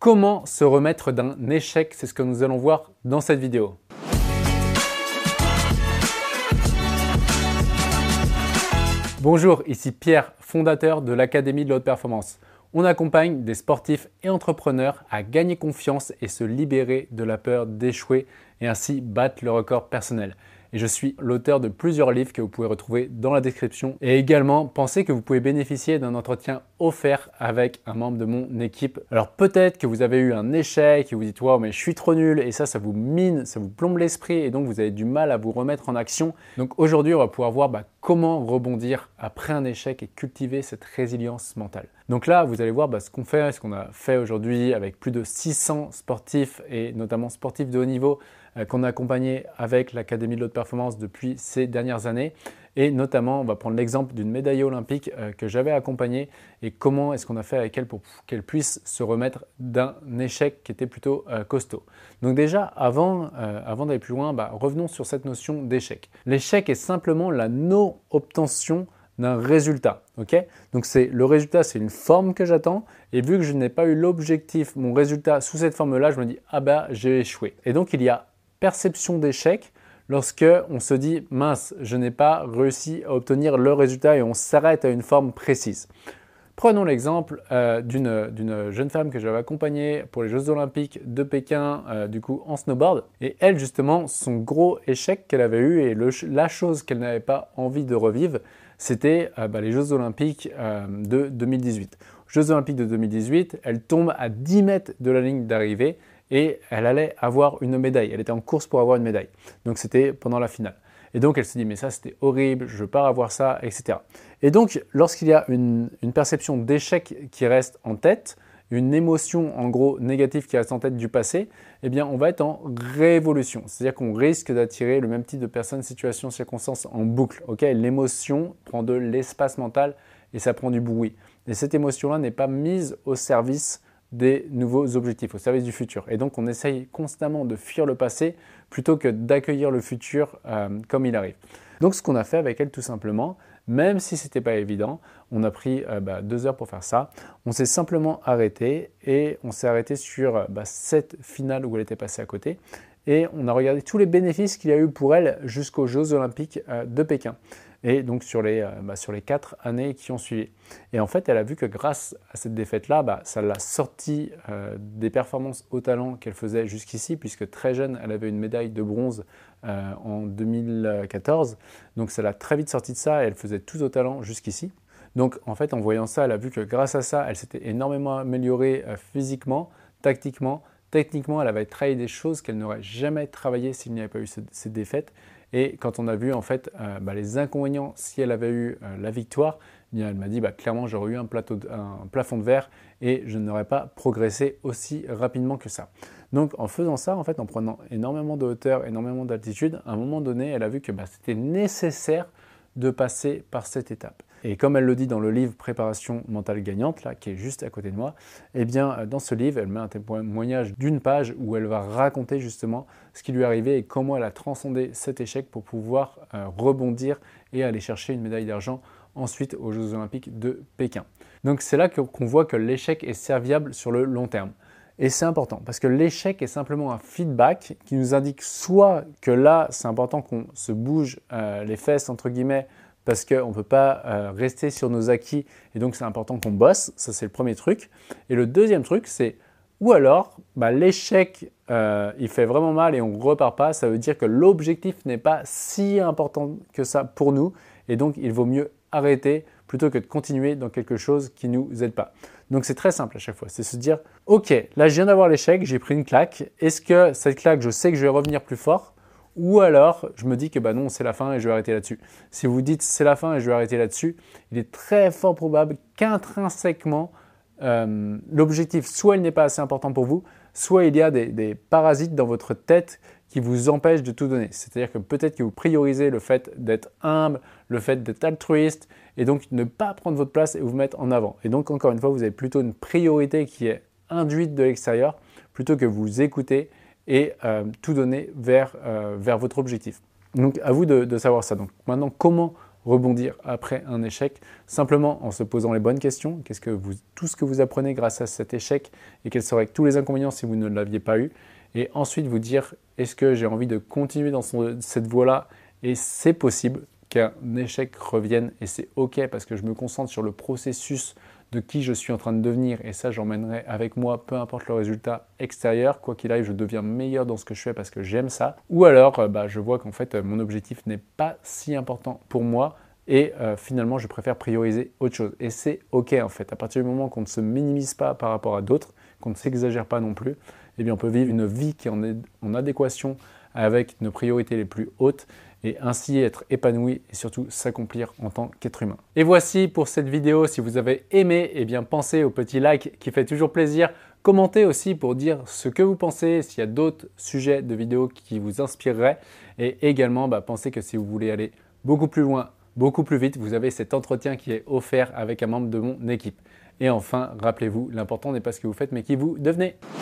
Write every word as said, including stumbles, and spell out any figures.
Comment se remettre d'un échec? C'est ce que nous allons voir dans cette vidéo. Bonjour, ici Pierre, fondateur de l'Académie de la Haute Performance. On accompagne des sportifs et entrepreneurs à gagner confiance et se libérer de la peur d'échouer et ainsi battre le record personnel. Et je suis l'auteur de plusieurs livres que vous pouvez retrouver dans la description. Et également, pensez que vous pouvez bénéficier d'un entretien offert avec un membre de mon équipe. Alors peut-être que vous avez eu un échec et vous dites « Wow, mais je suis trop nul » et ça, ça vous mine, ça vous plombe l'esprit et donc vous avez du mal à vous remettre en action. Donc aujourd'hui, on va pouvoir voir bah, comment rebondir après un échec et cultiver cette résilience mentale. Donc là, vous allez voir bah, ce qu'on fait, ce qu'on a fait aujourd'hui avec plus de six cents sportifs et notamment sportifs de haut niveau euh, qu'on a accompagnés avec l'Académie de la Haute Performance depuis ces dernières années. Et notamment, on va prendre l'exemple d'une médaillée olympique euh, que j'avais accompagnée et comment est-ce qu'on a fait avec elle pour qu'elle puisse se remettre d'un échec qui était plutôt euh, costaud. Donc déjà, avant, euh, avant d'aller plus loin, bah, revenons sur cette notion d'échec. L'échec est simplement la non-obtention d'un résultat. Okay, donc c'est, le résultat, c'est une forme que j'attends et vu que je n'ai pas eu l'objectif, mon résultat sous cette forme-là, je me dis « Ah bah, j'ai échoué ». Et donc, il y a perception d'échec lorsque on se dit « Mince, je n'ai pas réussi à obtenir le résultat » et on s'arrête à une forme précise. Prenons l'exemple euh, d'une, d'une jeune femme que j'avais accompagnée pour les Jeux Olympiques de Pékin, euh, du coup en snowboard. Et elle, justement, son gros échec qu'elle avait eu et le, la chose qu'elle n'avait pas envie de revivre, c'était euh, bah, les Jeux Olympiques euh, de deux mille dix-huit. Jeux Olympiques de deux mille dix-huit, elle tombe à dix mètres de la ligne d'arrivée et elle allait avoir une médaille. Elle était en course pour avoir une médaille. Donc c'était pendant la finale. Et donc elle se dit mais ça c'était horrible, je ne veux pas avoir ça, et cetera. Et donc lorsqu'il y a une, une perception d'échec qui reste en tête, une émotion en gros négative qui reste en tête du passé, eh bien on va être en révolution. C'est-à-dire qu'on risque d'attirer le même type de personnes, situations, circonstances en boucle. Okay, l'émotion prend de l'espace mental et ça prend du bruit. Et cette émotion-là n'est pas mise au service des nouveaux objectifs, au service du futur. Et donc on essaye constamment de fuir le passé plutôt que d'accueillir le futur euh, comme il arrive. Donc ce qu'on a fait avec elle tout simplement, même si ce n'était pas évident, on a pris euh, bah, deux heures pour faire ça, on s'est simplement arrêté et on s'est arrêté sur bah, cette finale où elle était passée à côté et on a regardé tous les bénéfices qu'il y a eu pour elle jusqu'aux Jeux Olympiques euh, de Pékin. Et donc sur les, euh, bah, sur les quatre années qui ont suivi. Et en fait, elle a vu que grâce à cette défaite-là, bah, ça l'a sortie euh, des performances au talent qu'elle faisait jusqu'ici, puisque très jeune, elle avait une médaille de bronze euh, en deux mille quatorze. Donc ça l'a très vite sortie de ça et elle faisait tout au talent jusqu'ici. Donc en fait, en voyant ça, elle a vu que grâce à ça, elle s'était énormément améliorée euh, physiquement, tactiquement. Techniquement, elle avait travaillé des choses qu'elle n'aurait jamais travaillées s'il n'y avait pas eu cette, cette défaite. Et quand on a vu en fait euh, bah, les inconvénients si elle avait eu euh, la victoire, eh bien, elle m'a dit bah, clairement j'aurais eu un, plateau de, un plafond de verre et je n'aurais pas progressé aussi rapidement que ça. Donc en faisant ça, en fait, en prenant énormément de hauteur, énormément d'altitude, à un moment donné, elle a vu que bah, c'était nécessaire de passer par cette étape. Et comme elle le dit dans le livre Préparation mentale gagnante, là, qui est juste à côté de moi, eh bien, dans ce livre, elle met un témoignage d'une page où elle va raconter justement ce qui lui est arrivé et comment elle a transcendé cet échec pour pouvoir euh, rebondir et aller chercher une médaille d'argent ensuite aux Jeux Olympiques de Pékin. Donc c'est là qu'on voit que l'échec est serviable sur le long terme. Et c'est important parce que l'échec est simplement un feedback qui nous indique soit que là, c'est important qu'on se bouge euh, les fesses, entre guillemets, parce qu'on ne peut pas euh, rester sur nos acquis et donc c'est important qu'on bosse. Ça, c'est le premier truc. Et le deuxième truc, c'est ou alors bah, l'échec, euh, il fait vraiment mal et on ne repart pas. Ça veut dire que l'objectif n'est pas si important que ça pour nous et donc il vaut mieux arrêter plutôt que de continuer dans quelque chose qui ne nous aide pas. Donc c'est très simple à chaque fois, c'est se dire « Ok, là je viens d'avoir l'échec, j'ai pris une claque. Est-ce que cette claque, je sais que je vais revenir plus fort ?» Ou alors, je me dis que bah non, c'est la fin et je vais arrêter là-dessus. Si vous dites c'est la fin et je vais arrêter là-dessus, il est très fort probable qu'intrinsèquement, euh, l'objectif, soit il n'est pas assez important pour vous, soit il y a des, des parasites dans votre tête qui vous empêchent de tout donner. C'est-à-dire que peut-être que vous priorisez le fait d'être humble, le fait d'être altruiste, et donc ne pas prendre votre place et vous mettre en avant. Et donc, encore une fois, vous avez plutôt une priorité qui est induite de l'extérieur, plutôt que vous écoutez et euh, tout donner vers, euh, vers votre objectif. Donc, à vous de, de savoir ça. Donc, maintenant, comment rebondir après un échec, simplement en se posant les bonnes questions. Qu'est-ce que vous, tout ce que vous apprenez grâce à cet échec et quels seraient tous les inconvénients si vous ne l'aviez pas eu. Et ensuite vous dire, est-ce que j'ai envie de continuer dans son, cette voie-là? Et c'est possible qu'un échec revienne et c'est OK parce que je me concentre sur le processus de qui je suis en train de devenir et ça j'emmènerai avec moi peu importe le résultat extérieur, quoi qu'il arrive je deviens meilleur dans ce que je fais parce que j'aime ça, ou alors bah, je vois qu'en fait mon objectif n'est pas si important pour moi et euh, finalement je préfère prioriser autre chose et c'est OK en fait, à partir du moment qu'on ne se minimise pas par rapport à d'autres, qu'on ne s'exagère pas non plus, eh bien on peut vivre une vie qui est en, en adéquation avec nos priorités les plus hautes et ainsi être épanoui et surtout s'accomplir en tant qu'être humain. Et voici pour cette vidéo. Si vous avez aimé, eh bien pensez au petit like qui fait toujours plaisir. Commentez aussi pour dire ce que vous pensez, s'il y a d'autres sujets de vidéos qui vous inspireraient. Et également, bah, pensez que si vous voulez aller beaucoup plus loin, beaucoup plus vite, vous avez cet entretien qui est offert avec un membre de mon équipe. Et enfin, rappelez-vous, l'important n'est pas ce que vous faites, mais qui vous devenez.